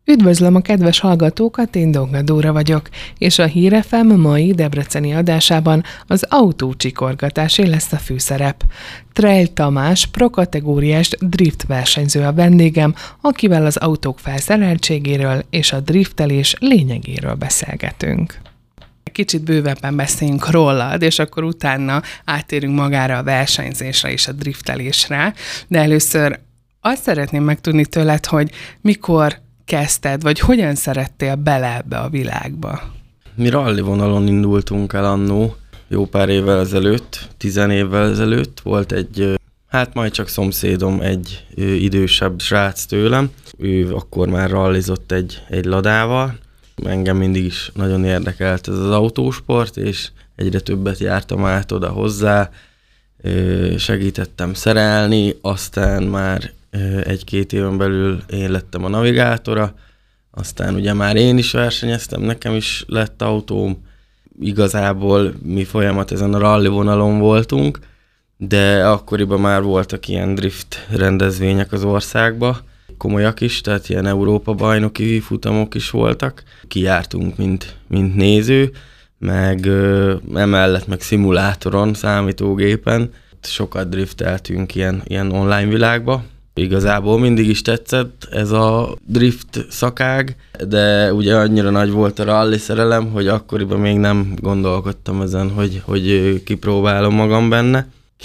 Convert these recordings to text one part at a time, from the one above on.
Üdvözlöm a kedves hallgatókat, én Donga Dóra vagyok, és a Hír FM mai debreceni adásában az autócsikorgatásé lesz a főszerep. Treil Tamás prokategóriás drift versenyző a vendégem, akivel az autók felszereltségéről és a driftelés lényegéről beszélgetünk. Kicsit bővebben beszéljünk rólad, és akkor utána áttérünk magára a versenyzésre és a driftelésre, de először azt szeretném megtudni tőled, hogy mikor kezdted, vagy hogyan szerettél bele ebbe a világba? Mi ralli vonalon indultunk el annó, jó pár évvel ezelőtt, 10 évvel ezelőtt. Volt egy, majd csak szomszédom, egy idősebb srác tőlem. Ő akkor már rallizott egy ladával. Engem mindig is nagyon érdekelt ez az autósport, és egyre többet jártam át oda hozzá. Segítettem szerelni, aztán már 1-2 éven belül én lettem a navigátora, aztán ugye már én is versenyeztem, nekem is lett autóm, igazából mi folyamat ezen a rally vonalon voltunk, de akkoriban már voltak ilyen drift rendezvények az országban, komolyak is, tehát ilyen Európa-bajnoki futamok is voltak, kijártunk, mint néző, meg emellett meg szimulátoron, számítógépen, sokat drifteltünk ilyen online világba. Igazából mindig is tetszett ez a drift szakág, de ugye annyira nagy volt a rally szerelem, hogy akkoriban még nem gondolkodtam ezen, hogy kipróbálom magam benne.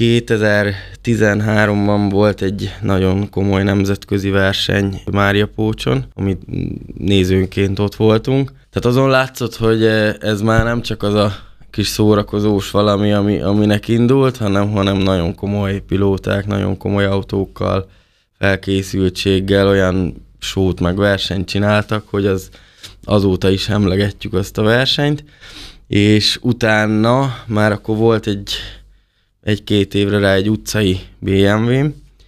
2013-ban volt egy nagyon komoly nemzetközi verseny Máriapócson, amit nézőnként ott voltunk. Tehát azon látszott, hogy ez már nem csak az a kis szórakozós valami, aminek indult, hanem nagyon komoly pilóták, nagyon komoly autókkal, felkészültséggel olyan sót meg versenyt csináltak, hogy azóta is emlegetjük azt a versenyt, és utána már akkor volt egy-két évre rá egy utcai BMW-m,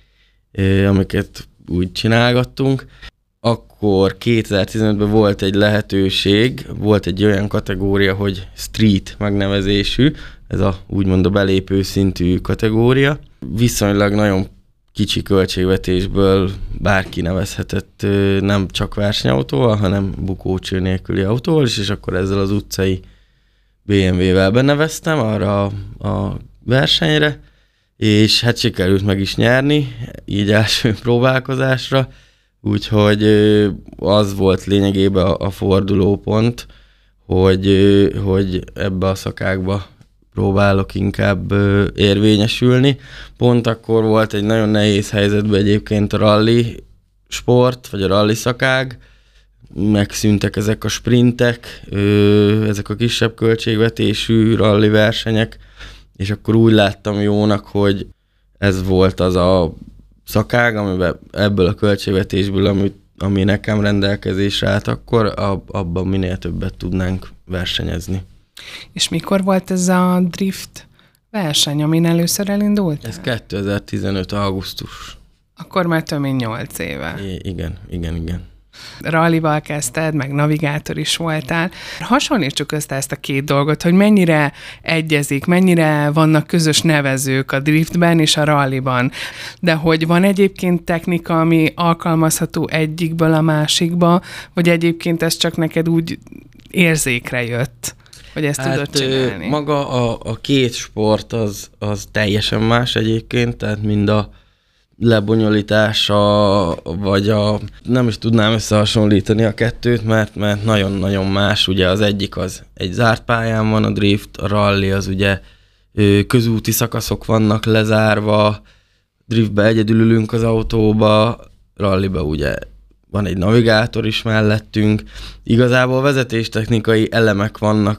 amiket úgy csinálgattunk. Akkor 2015-ben volt egy lehetőség, volt egy olyan kategória, hogy street megnevezésű, ez úgymond a belépő szintű kategória. Viszonylag nagyon kicsi költségvetésből bárki nevezhetett nem csak versenyautóval, hanem bukócső nélküli autóval is, és akkor ezzel az utcai BMW-vel beneveztem arra a versenyre, és hát sikerült meg is nyerni, így első próbálkozásra, úgyhogy az volt lényegében a fordulópont, hogy ebbe a szakákba próbálok inkább érvényesülni. Pont akkor volt egy nagyon nehéz helyzetben egyébként a rally sport, vagy a rally szakág, megszűntek ezek a sprintek, ezek a kisebb költségvetésű rally versenyek, és akkor úgy láttam jónak, hogy ez volt az a szakág, amiben ebből a költségvetésből, ami nekem rendelkezésre állt, akkor abban minél többet tudnánk versenyezni. És mikor volt ez a drift verseny, amin először elindult? Ez 2015. augusztus. Akkor már több mint 8 éve. Igen. Rallival kezdted, meg navigátor is voltál. Hasonlítsuk össze ezt a két dolgot, hogy mennyire egyezik, mennyire vannak közös nevezők a driftben és a ralliban. De hogy van egyébként technika, ami alkalmazható egyikből a másikba, vagy egyébként ez csak neked úgy érzékre jött, hogy ezt tudod csinálni? Maga a két sport az teljesen más egyébként, tehát mind a lebonyolítása, vagy nem is tudnám összehasonlítani a kettőt, mert nagyon-nagyon más. Ugye az egyik az egy zárt pályán van a drift, a rally az ugye közúti szakaszok vannak lezárva, driftbe egyedül ülünk az autóba, rallyba ugye van egy navigátor is mellettünk. Igazából vezetéstechnikai elemek vannak,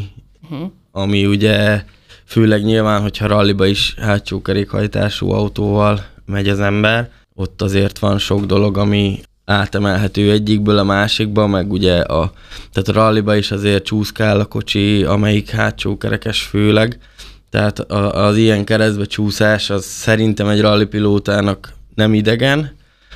ami ugye főleg nyilván, hogyha rallyba is hátsó kerékhajtású autóval megy az ember, ott azért van sok dolog, ami átemelhető egyikből a másikba, meg ugye tehát a rallyba is azért csúszkál a kocsi, amelyik hátsó kerekes főleg, tehát az ilyen keresztbe csúszás az szerintem egy rallypilótának nem idegen,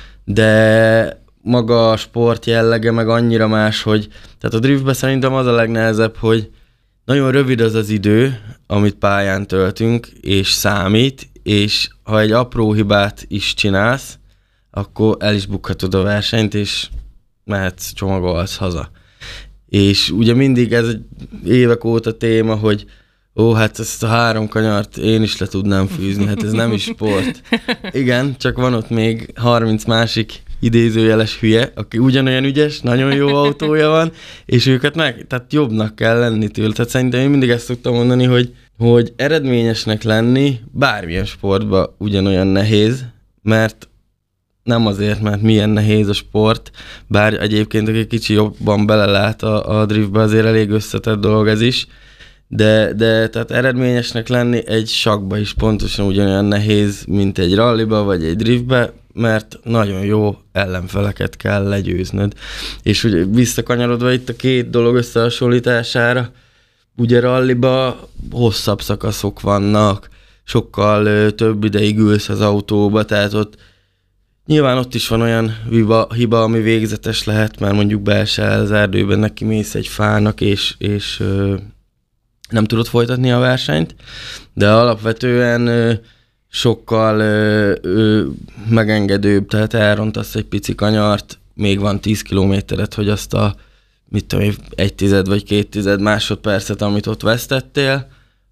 de maga a sport jellege meg annyira más, hogy tehát a driftben szerintem az a legnehezebb, hogy nagyon rövid az idő, amit pályán töltünk, és számít, és ha egy apró hibát is csinálsz, akkor el is bukhatod a versenyt, és mehetsz, csomagolsz haza. És ugye mindig ez évek óta téma, hogy hát ezt a 3 kanyart én is le tudnám fűzni, hát ez nem is sport. Igen, csak van ott még 30 másik idézőjeles hülye, aki ugyanolyan ügyes, nagyon jó autója van, és őket tehát jobbnak kell lenni tőle. Tehát szerintem én mindig ezt szoktam mondani, hogy eredményesnek lenni bármilyen sportban ugyanolyan nehéz, mert nem azért, mert milyen nehéz a sport, bár egyébként aki kicsi jobban belelát a driftbe, azért elég összetett dolog ez is, de tehát eredményesnek lenni egy sakkba is pontosan ugyanolyan nehéz, mint egy ralliba vagy egy driftbe, mert nagyon jó ellenfeleket kell legyőznöd. És ugye visszakanyarodva itt a két dolog összehasonlítására, ugye ralliba hosszabb szakaszok vannak, sokkal több ideig ülsz az autóba, tehát ott nyilván ott is van olyan hiba, ami végzetes lehet, mert mondjuk beesel az erdőben, neki mész egy fának, és nem tudod folytatni a versenyt, de alapvetően sokkal megengedőbb, tehát elrontasz egy pici kanyart, még van 10 kilométeret, hogy azt a 1/10 vagy 2/10 másodpercet, amit ott vesztettél,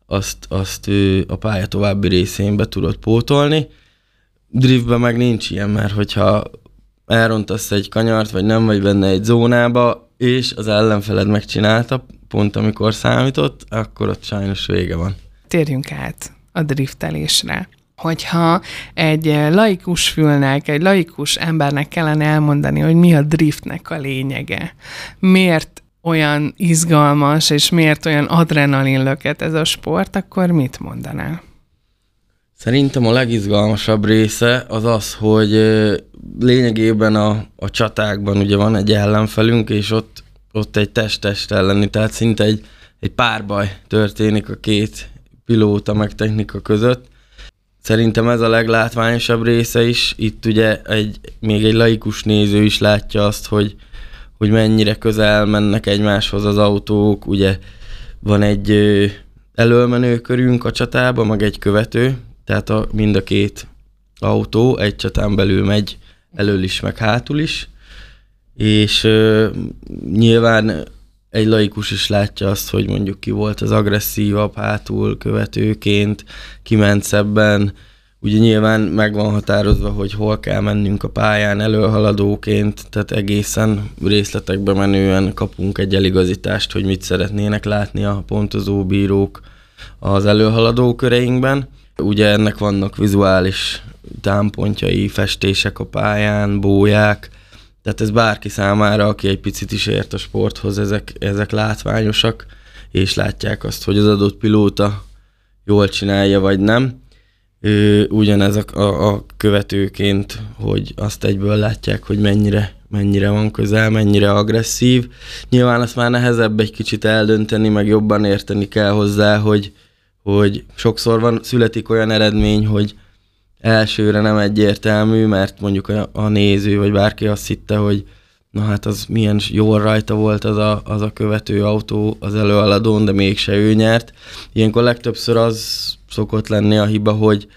azt a pálya további részén be tudod pótolni. Driftben meg nincs ilyen, mert hogyha elrontasz egy kanyart, vagy nem vagy benne egy zónába, és az ellenfeled megcsinálta, pont amikor számított, akkor ott sajnos vége van. Térjünk át a driftelésre. Hogyha egy laikus fülnek, egy laikus embernek kellene elmondani, hogy mi a driftnek a lényege, miért olyan izgalmas, és miért olyan adrenalinlöket ez a sport, akkor mit mondanál? Szerintem a legizgalmasabb része az, hogy lényegében a csatákban ugye van egy ellenfelünk, és ott egy test-test elleni, tehát szinte egy párbaj történik a két pilóta meg technika között. Szerintem ez a leglátványosabb része is. Itt ugye még egy laikus néző is látja azt, hogy mennyire közel mennek egymáshoz az autók. Ugye van egy elölmenő körünk a csatában, meg egy követő, tehát mind a két autó egy csatán belül megy elől is, meg hátul is. És nyilván egy laikus is látja azt, hogy mondjuk ki volt az agresszívabb hátul követőként, ki ment szebben. Ugye nyilván meg van határozva, hogy hol kell mennünk a pályán előhaladóként, tehát egészen részletekbe menően kapunk egy eligazítást, hogy mit szeretnének látni a pontozó bírók az előhaladó köreinkben. Ugye ennek vannak vizuális támpontjai, festések a pályán, bóják, tehát ez bárki számára, aki egy picit is ért a sporthoz, ezek látványosak, és látják azt, hogy az adott pilóta jól csinálja, vagy nem. Ugyanez a követőként, hogy azt egyből látják, hogy mennyire van közel, mennyire agresszív. Nyilván azt már nehezebb egy kicsit eldönteni, meg jobban érteni kell hozzá, hogy sokszor születik olyan eredmény, hogy elsőre nem egyértelmű, mert mondjuk a néző, vagy bárki azt hitte, hogy na hát az milyen jól rajta volt az a követő autó az előaladón, de mégse ő nyert. Ilyenkor legtöbbször az szokott lenni a hiba,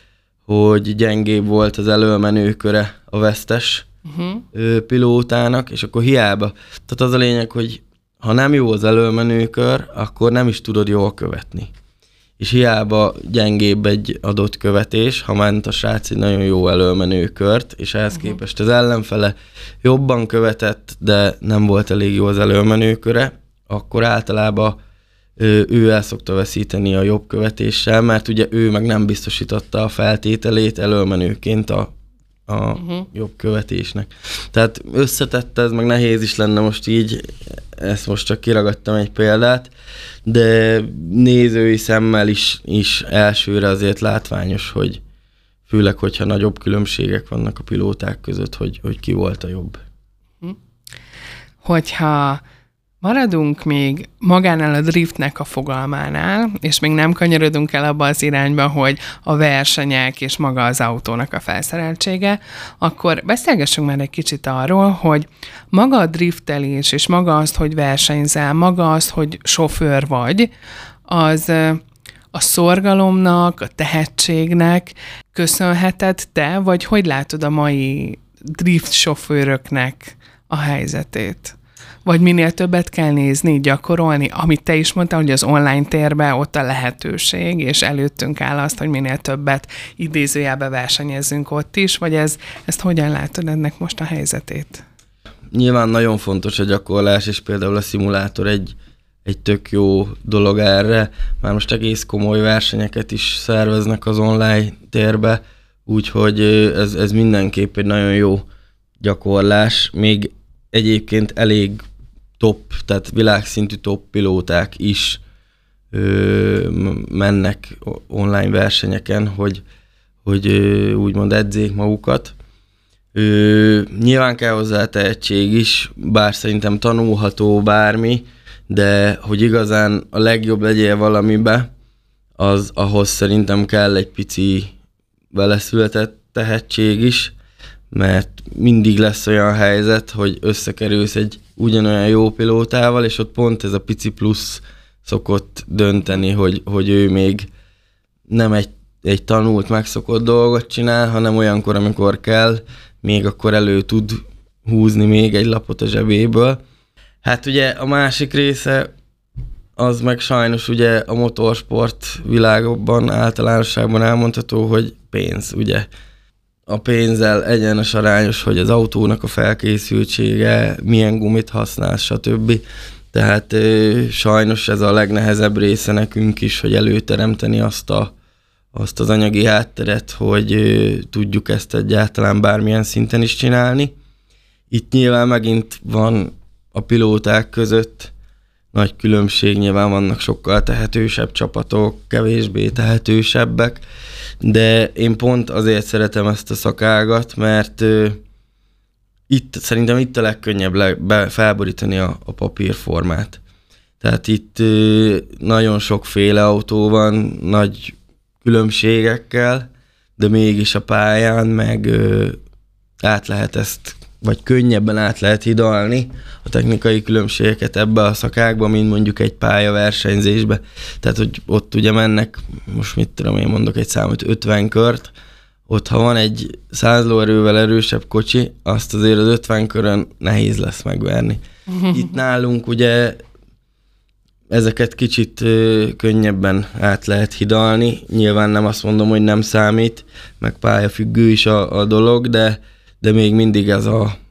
hogy gyengébb volt az előmenő köre a vesztes pilótának, és akkor hiába. Tehát az a lényeg, hogy ha nem jó az előmenő kör, akkor nem is tudod jól követni. És hiába gyengébb egy adott követés, ha ment a srác egy nagyon jó előmenő kört, és ehhez képest az ellenfele jobban követett, de nem volt elég jó az előmenő köre, akkor általában ő el szokta veszíteni a jobb követéssel, mert ugye ő meg nem biztosította a feltételét előmenőként a jobb követésnek. Tehát összetett ez, meg nehéz is lenne most így, ezt most csak kiragadtam egy példát, de nézői szemmel is elsőre azért látványos, hogy főleg, hogyha nagyobb különbségek vannak a pilóták között, hogy ki volt a jobb. Hogyha maradunk még magánál a driftnek a fogalmánál, és még nem kanyarodunk el abba az irányba, hogy a versenyek és maga az autónak a felszereltsége, akkor beszélgessünk már egy kicsit arról, hogy maga a driftelés és maga azt, hogy versenyzel, maga azt, hogy sofőr vagy, az a szorgalomnak, a tehetségnek köszönheted te, vagy hogy látod a mai drift sofőröknek a helyzetét? Vagy minél többet kell nézni, gyakorolni, amit te is mondtál, hogy az online térben ott a lehetőség, és előttünk áll azt, hogy minél többet idézőjelbe versenyezzünk ott is, vagy ezt hogyan látod ennek most a helyzetét? Nyilván nagyon fontos a gyakorlás, és például a szimulátor egy tök jó dolog erre. Már most egész komoly versenyeket is szerveznek az online térbe, úgyhogy ez mindenképp egy nagyon jó gyakorlás. Még egyébként elég top, tehát világszintű top pilóták is mennek online versenyeken, hogy úgymond edzék magukat. Nyilván kell hozzá tehetség is, bár szerintem tanulható bármi, de hogy igazán a legjobb legyél valamibe, ahhoz szerintem kell egy pici beleszületett tehetség is, mert mindig lesz olyan helyzet, hogy összekerülsz egy ugyanolyan jó pilótával, és ott pont ez a pici plusz szokott dönteni, hogy ő még nem egy tanult, megszokott dolgot csinál, hanem olyankor, amikor kell, még akkor elő tud húzni még egy lapot a zsebéből. Hát ugye a másik része, az meg sajnos ugye a motorsport világokban általánosságban elmondható, hogy pénz, ugye. A pénzzel egyenes arányos, hogy az autónak a felkészültsége, milyen gumit használ, stb. Tehát sajnos ez a legnehezebb része nekünk is, hogy előteremteni azt az anyagi hátteret, hogy tudjuk ezt egyáltalán bármilyen szinten is csinálni. Itt nyilván megint van a pilóták között nagy különbség, nyilván vannak sokkal tehetősebb csapatok, kevésbé tehetősebbek, de én pont azért szeretem ezt a szakágat, mert szerintem itt a legkönnyebb felborítani a papírformát. Tehát itt nagyon sokféle autó van, nagy különbségekkel, de mégis a pályán meg át lehet ezt, vagy könnyebben át lehet hidalni a technikai különbségeket ebbe a szakákba, mint mondjuk egy pályaversenyzésbe. Tehát, hogy ott ugye mennek, most mit tudom én mondok egy számot, 50 kört, ott ha van egy 100 lóerővel erősebb kocsi, azt azért az 50 körön nehéz lesz megverni. Itt nálunk ugye ezeket kicsit könnyebben át lehet hidalni. Nyilván nem azt mondom, hogy nem számít, meg pályafüggő is a dolog, de még mindig ez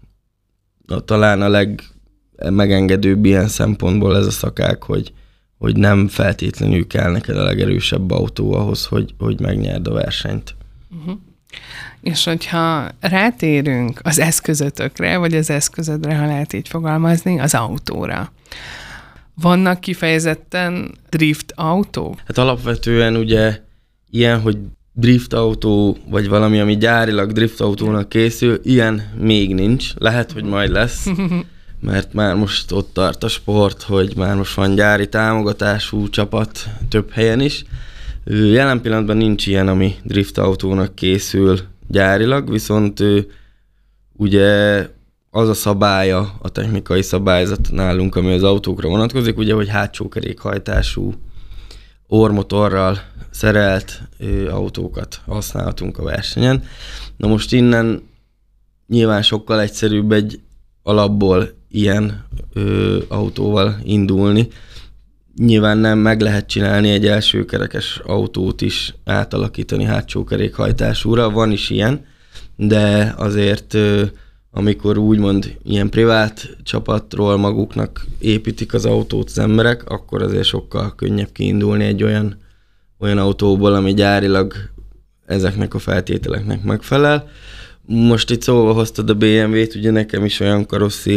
talán a legmegengedőbb ilyen szempontból ez a szakák, hogy nem feltétlenül kell neked a legerősebb autó ahhoz, hogy megnyerd a versenyt. Uh-huh. És hogyha rátérünk az eszközötökre, vagy az eszközödre, ha lehet így fogalmazni, az autóra. Vannak kifejezetten drift autók? Hát alapvetően ugye ilyen, hogy drift autó, vagy valami, ami gyárilag drift autónak készül, ilyen még nincs. Lehet, hogy majd lesz, mert már most ott tart a sport, hogy már most van gyári támogatású csapat több helyen is. Jelen pillanatban nincs ilyen, ami drift autónak készül gyárilag, viszont ugye az a szabálya, a technikai szabályzat nálunk, ami az autókra vonatkozik, ugye, hogy hátsó kerékhajtású orrmotorral szerelt autókat használhatunk a versenyen. Na most innen nyilván sokkal egyszerűbb egy alapból ilyen autóval indulni. Nyilván nem meg lehet csinálni egy elsőkerekes autót is átalakítani hátsó kerékhajtásúra, van is ilyen, de azért amikor úgymond ilyen privát csapatról maguknak építik az autót az emberek, akkor azért sokkal könnyebb kiindulni egy olyan autóból, ami gyárilag ezeknek a feltételeknek megfelel. Most itt szóba hoztad a BMW-t, ugye nekem is olyan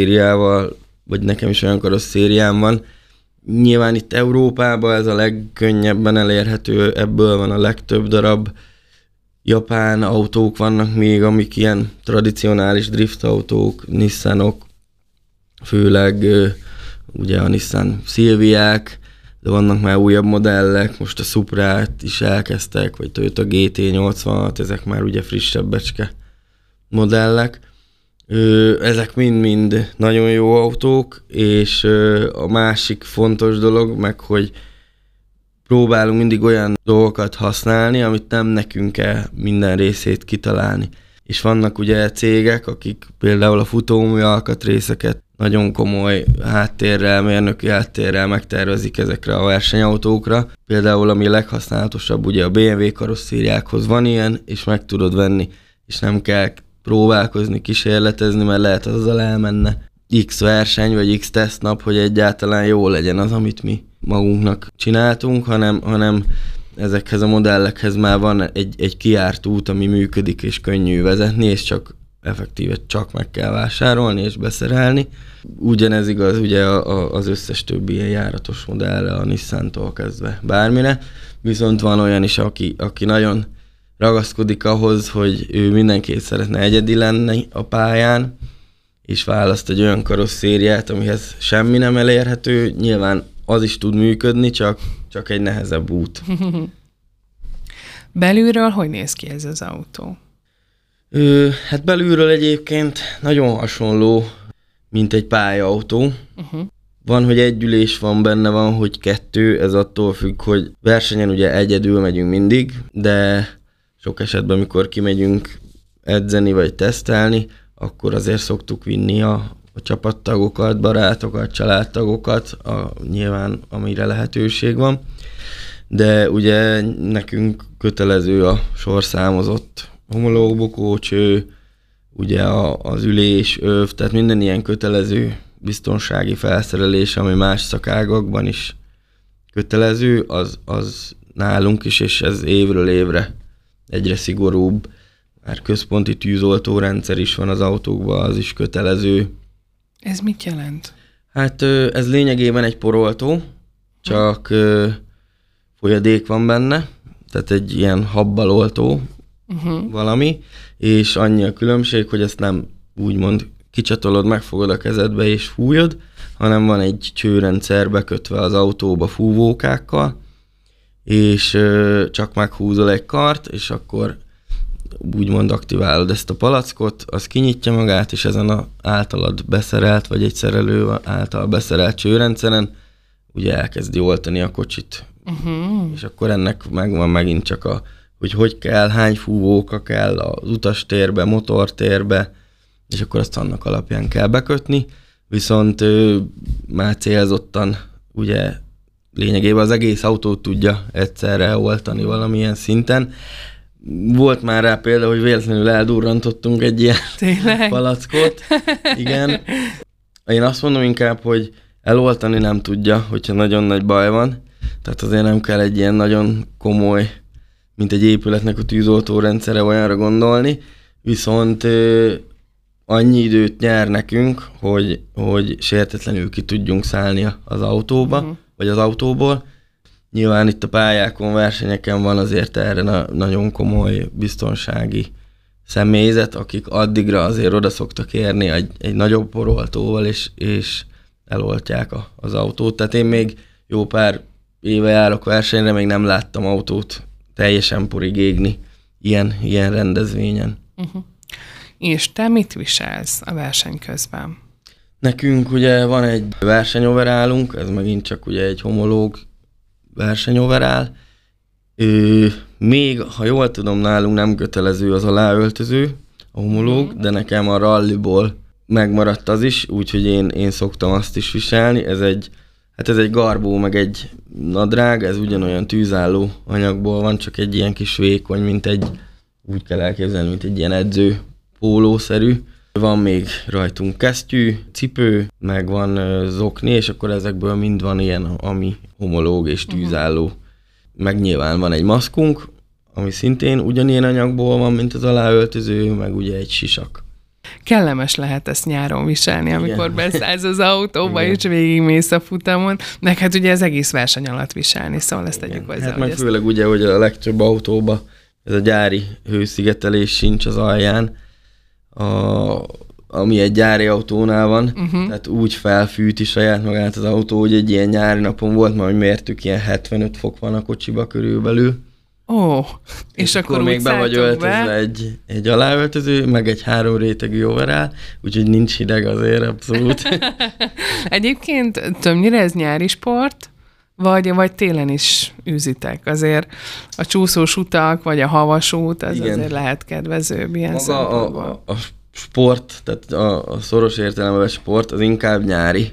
karosszériám van. Nyilván itt Európában ez a legkönnyebben elérhető, ebből van a legtöbb darab. Japán autók vannak még, amik ilyen tradicionális drift autók, Nissanok, főleg ugye a Nissan Silviák, de vannak már újabb modellek, most a Suprát is elkezdtek, vagy Toyota GT86, ezek már ugye frissebbecske modellek. Ezek mind-mind nagyon jó autók, és a másik fontos dolog, meg hogy próbálunk mindig olyan dolgokat használni, amit nem nekünk kell minden részét kitalálni. és vannak ugye cégek, akik például a futómű alkatrészeket nagyon komoly háttérrel, mérnöki háttérrel megtervezik ezekre a versenyautókra. Például ami a leghasználatosabb, ugye a BMW karosszériákhoz van ilyen, és meg tudod venni, és nem kell próbálkozni, kísérletezni, mert lehet azzal elmenne X verseny, vagy X tesztnap, hogy egyáltalán jó legyen az, amit mi magunknak csináltunk, hanem ezekhez a modellekhez már van egy kijárt út, ami működik, és könnyű vezetni, és csak meg kell vásárolni és beszerelni. Ugyanez igaz ugye az összes többi ilyen járatos modellre, a Nissan-tól kezdve bármire, viszont van olyan is, aki nagyon ragaszkodik ahhoz, hogy ő mindenképp szeretne egyedi lenni a pályán, és választ egy olyan karosszériát, amihez semmi nem elérhető. Nyilván az is tud működni, csak egy nehezebb út. Belülről hogy néz ki ez az autó? Hát belülről egyébként nagyon hasonló, mint egy pályautó. Van, hogy egy ülés van benne, van, hogy 2, ez attól függ, hogy versenyen ugye egyedül megyünk mindig, de sok esetben, amikor kimegyünk edzeni vagy tesztelni, akkor azért szoktuk vinni a csapattagokat, barátokat, családtagokat, nyilván amire lehetőség van. De ugye nekünk kötelező a sorszámozott homológbokócső, ugye az ülés, öv, tehát minden ilyen kötelező biztonsági felszerelés, ami más szakágakban is kötelező, az nálunk is, és ez évről évre egyre szigorúbb. Már központi tűzoltórendszer is van az autókban, az is kötelező. Ez mit jelent? Hát ez lényegében egy poroltó, csak folyadék van benne, tehát egy ilyen habbal oltó valami, és annyi a különbség, hogy ezt nem úgymond kicsatolod, megfogod a kezedbe és fújod, hanem van egy csőrendszer bekötve az autóba fúvókákkal, és csak meghúzol egy kart, és akkor úgymond aktiválod ezt a palackot, az kinyitja magát, és ezen az általad beszerelt, vagy egy szerelő által beszerelt csőrendszeren ugye elkezdi oltani a kocsit. És akkor ennek megvan megint csak hogy kell, hány fúvóka kell az utastérbe, motortérbe, és akkor azt annak alapján kell bekötni, viszont már célzottan ugye lényegében az egész autót tudja egyszerre oltani valamilyen szinten. Volt már rá példa, hogy véletlenül eldurrantottunk egy ilyen palackot. Igen. Én azt mondom inkább, hogy eloltani nem tudja, hogyha nagyon nagy baj van. Tehát azért nem kell egy ilyen nagyon komoly, mint egy épületnek a tűzoltórendszere olyanra gondolni. Viszont annyi időt nyer nekünk, hogy sértetlenül ki tudjunk szállni az autóba, vagy az autóból. Nyilván itt a pályákon, versenyeken van azért erre nagyon komoly biztonsági személyzet, akik addigra azért oda szoktak érni egy nagyobb poroltóval, és eloltják az autót. Tehát én még jó pár éve járok versenyre, még nem láttam autót teljesen porig égni ilyen rendezvényen. És te mit viselsz a verseny közben? Nekünk ugye van egy versenyoverálunk, ez megint csak ugye egy homológ versenyoverál. Még, ha jól tudom, nálunk nem kötelező az aláöltöző, a homológ, de nekem a ralliból megmaradt az is, úgyhogy én szoktam azt is viselni. Ez egy garbó, meg egy nadrág, ez ugyanolyan tűzálló anyagból van, csak egy ilyen kis vékony, úgy kell elképzelni, mint egy ilyen edző pólószerű. Van még rajtunk kesztyű, cipő, meg van zokni, és akkor ezekből mind van ilyen, ami homológ és tűzálló. Meg nyilván van egy maszkunk, ami szintén ugyanilyen anyagból van, mint az aláöltöző, meg ugye egy sisak. Kellemes lehet ezt nyáron viselni, amikor beszállsz az autóba, és végigmész a futamon. Meg hát ugye az egész verseny alatt viselni, szóval ezt tegyük hozzá. Hát meg főleg ugye, hogy a legtöbb autóba ez a gyári hőszigetelés sincs az alján, ami egy gyári autónál van, tehát úgy felfűti saját magát az autó, hogy egy ilyen nyári napon volt, majd mértük, ilyen 75 fok van a kocsiba körülbelül. És akkor még be vagy öltözve egy aláöltöző, meg egy 3 rétegű overall, úgyhogy nincs hideg azért abszolút. Egyébként többnyire ez nyári sport, Vagy télen is űzitek. Azért a csúszós utak, vagy a havas út, az Igen. azért lehet kedvezőbb ilyen Maga szempontból. a sport, tehát a szoros értelemben sport, az inkább nyári.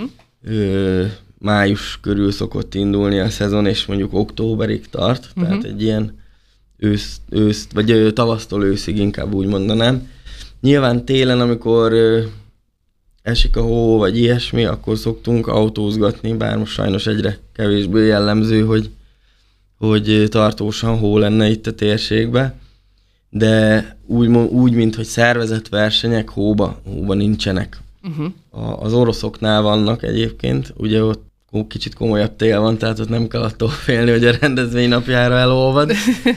Május körül szokott indulni a szezon, és mondjuk októberig tart, tehát egy ilyen ősz, vagy tavasztól őszig inkább úgy mondanám. Nyilván télen, amikor esik a hó, vagy ilyesmi, akkor szoktunk autózgatni, bár most sajnos egyre kevésbé jellemző, hogy tartósan hó lenne itt a térségbe, de úgy mint hogy szervezett versenyek hóba nincsenek. Az oroszoknál vannak egyébként, ugye ott kicsit komolyabb tél van, tehát ott nem kell attól félni, hogy a rendezvény napjára elolvad.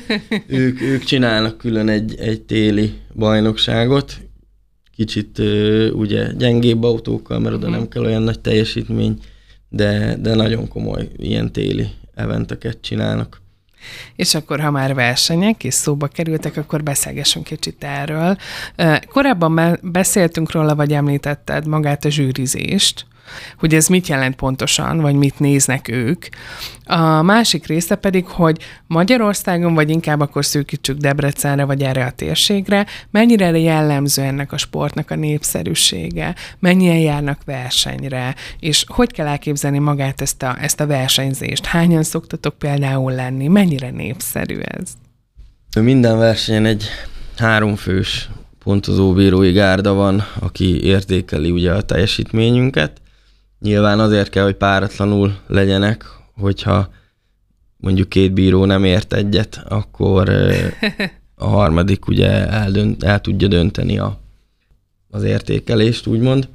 ők csinálnak külön egy téli bajnokságot, kicsit ugye gyengébb autókkal, mert oda nem kell olyan nagy teljesítmény, de nagyon komoly ilyen téli eventeket csinálnak. És akkor, ha már versenyek és szóba kerültek, akkor beszélgessünk kicsit erről. Korábban beszéltünk róla, vagy említetted magát a zsűrizést, hogy ez mit jelent pontosan, vagy mit néznek ők. A másik része pedig, hogy Magyarországon, vagy inkább akkor szűkítsük Debrecenre, vagy erre a térségre, mennyire jellemző ennek a sportnak a népszerűsége, mennyien járnak versenyre, és hogy kell elképzelni magát ezt a versenyzést? Hányan szoktatok például lenni? Mennyire népszerű ez? Minden versenyen egy 3 fős pontozóbírói gárda van, aki értékeli ugye a teljesítményünket. Nyilván azért kell, hogy páratlanul legyenek, hogyha mondjuk 2 bíró nem ért egyet, akkor a harmadik ugye el tudja dönteni az értékelést, úgymond.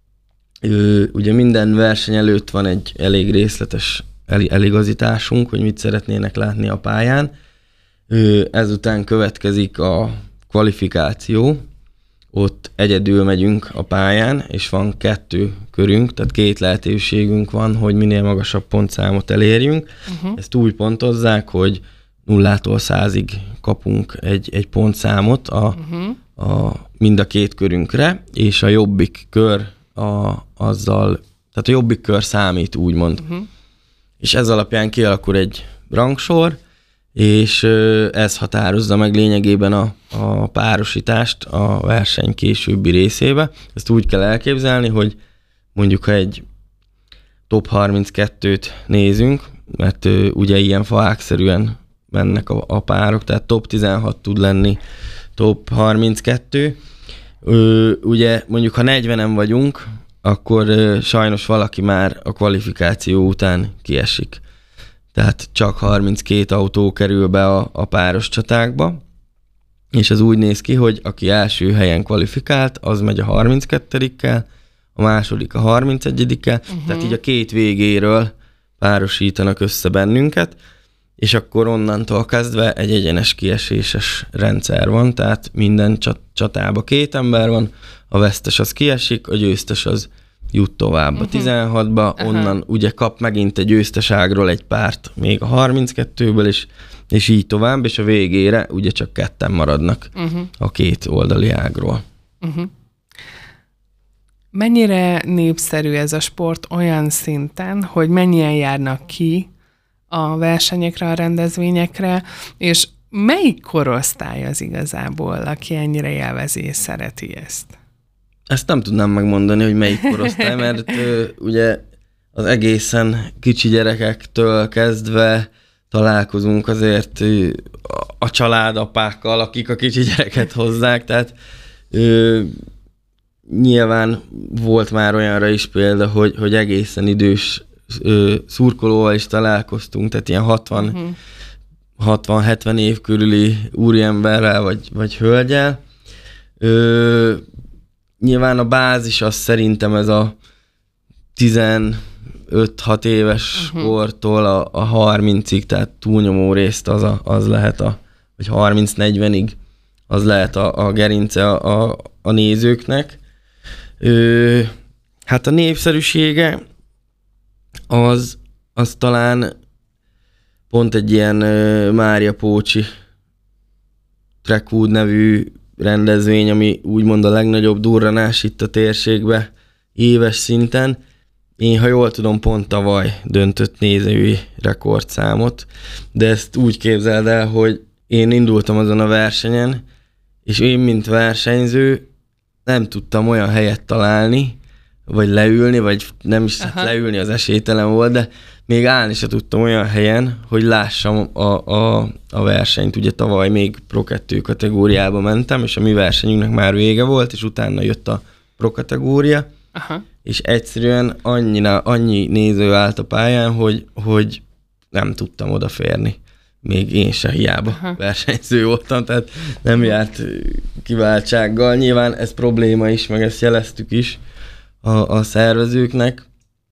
Ugye minden verseny előtt van egy elég részletes eligazításunk, hogy mit szeretnének látni a pályán. Ezután következik a kvalifikáció, ott egyedül megyünk a pályán, és van 2 körünk, tehát 2 lehetőségünk van, hogy minél magasabb pontszámot elérjünk. Ezt úgy pontozzák, hogy 0-tól 100-ig kapunk egy pontszámot mind a 2 körünkre, és a jobbik kör tehát a jobbik kör számít, úgymond. És ez alapján kialakul egy rangsor, és ez határozza meg lényegében a párosítást a verseny későbbi részébe. Ezt úgy kell elképzelni, hogy mondjuk ha egy top 32-t nézünk, mert ugye ilyen faágszerűen mennek a párok, tehát top 16 tud lenni, top 32. Ugye mondjuk ha 40-en vagyunk, akkor sajnos valaki már a kvalifikáció után kiesik. Tehát csak 32 autó kerül be a páros csatákba, és ez úgy néz ki, hogy aki első helyen kvalifikált, az megy a 32-kel, a második a 31-kel, tehát így a 2 végéről párosítanak össze bennünket, és akkor onnantól kezdve egy egyenes kieséses rendszer van, tehát minden csatába 2 ember van, a vesztes az kiesik, a győztes az jut tovább a 16-ba, onnan ugye kap megint egy győzteságról egy párt még a 32-ből is, és így tovább, és a végére ugye csak 2-en maradnak a 2 oldali ágról. Mennyire népszerű ez a sport olyan szinten, hogy mennyien járnak ki a versenyekre, a rendezvényekre, és melyik korosztály az igazából, aki ennyire élvezi és szereti ezt? Ezt nem tudnám megmondani, hogy melyik korosztály, mert ugye az egészen kicsi gyerekektől kezdve találkozunk azért a családapákkal, akik a kicsi gyereket hozzák, tehát nyilván volt már olyanra is példa, hogy egészen idős szurkolóval is találkoztunk, tehát ilyen 60-70 év körüli úriemberrel vagy hölgyel. Nyilván a bázis az szerintem ez a 15-6 éves kortól a 30-ig, tehát túlnyomó részt az lehet vagy 30-40-ig az lehet a gerince a nézőknek. Hát a népszerűsége az talán pont egy ilyen Mária Pócsi Trackwood nevű rendezvény, ami úgymond a legnagyobb durranás itt a térségbe éves szinten, Én, ha jól tudom, pont tavaly döntött nézői rekordszámot, de ezt úgy képzeld el, hogy én indultam azon a versenyen, és én, mint versenyző, nem tudtam olyan helyet találni, vagy leülni, vagy nem is leülni, az esélytelen volt, de még állni se tudtam olyan helyen, hogy lássam a versenyt. Ugye tavaly még Pro 2 kategóriába mentem, és a mi versenyünknek már vége volt, és utána jött a Pro kategória, és egyszerűen annyi néző állt a pályán, hogy nem tudtam odaférni. Még én se, hiába versenyző voltam, tehát nem járt kiváltsággal. Nyilván ez probléma is, meg ezt jeleztük is a szervezőknek,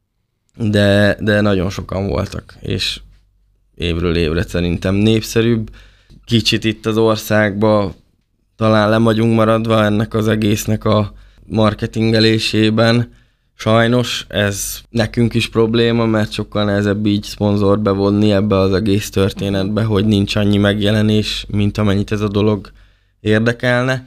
de nagyon sokan voltak, és évről évre szerintem népszerűbb. Kicsit itt az országban talán le vagyunk maradva ennek az egésznek a marketingelésében. Sajnos ez nekünk is probléma, mert sokkal nehezebb így szponzort bevonni ebbe az egész történetbe, hogy nincs annyi megjelenés, mint amennyit ez a dolog érdekelne.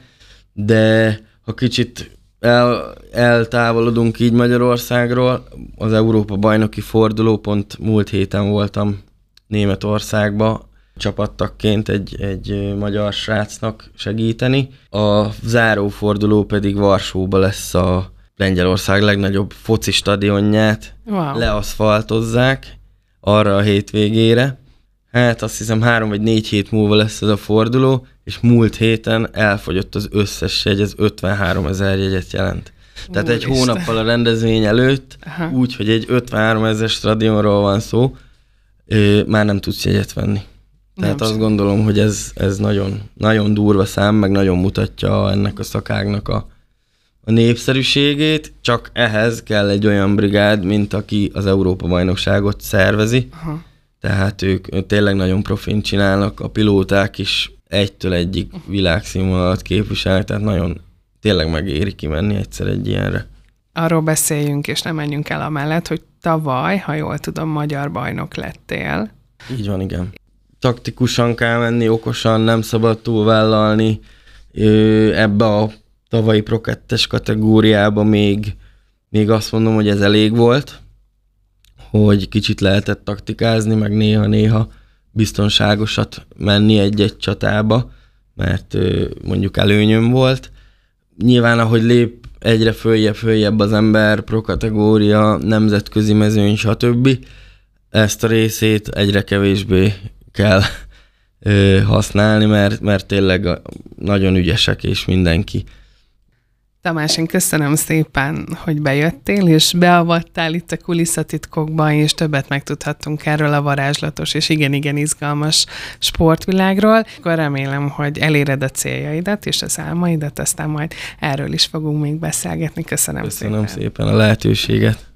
De ha kicsit eltávolodunk így Magyarországról, az Európa-bajnoki forduló, pont múlt héten voltam Németországba, csapattagként egy magyar srácnak segíteni. A záróforduló pedig Varsóba lesz a Lengyelország legnagyobb foci stadionját. Wow. Leaszfaltozzák arra a hétvégére. Hát azt hiszem 3 vagy 4 hét múlva lesz ez a forduló, és múlt héten elfogyott az összes jegy, ez 53 000 jegyet jelent. Tehát egy hónappal a rendezvény előtt, úgy, hogy egy 53 000 stadionról van szó, már nem tudsz jegyet venni. Tehát azt gondolom, hogy ez nagyon, nagyon durva szám, meg nagyon mutatja ennek a szakágnak a népszerűségét, csak ehhez kell egy olyan brigád, mint aki az Európa-bajnokságot szervezi. Tehát ők tényleg nagyon profin csinálnak, a pilóták is egytől egyig világszínvonalat képviselnek, tehát nagyon tényleg megéri kimenni egyszer egy ilyenre. Arról beszéljünk, és nem menjünk el amellett, hogy tavaly, ha jól tudom, magyar bajnok lettél. Így van, igen. Taktikusan kell menni, okosan, nem szabad túlvállalni. Ebbe a tavalyi Pro 2-es kategóriában még azt mondom, hogy ez elég volt, hogy kicsit lehetett taktikázni, meg néha-néha biztonságosat menni egy-egy csatába, mert mondjuk előnyöm volt. Nyilván, ahogy lép egyre följebb az ember, Pro kategória, nemzetközi mezőny, stb. Ezt a részét egyre kevésbé kell használni, mert tényleg nagyon ügyesek, és mindenki. Tamás, én köszönöm szépen, hogy bejöttél, és beavattál itt a kulisszatitkokba, és többet megtudhattunk erről a varázslatos és igen izgalmas sportvilágról. Akkor remélem, hogy eléred a céljaidat és az álmaidat, aztán majd erről is fogunk még beszélgetni. Köszönöm szépen a lehetőséget.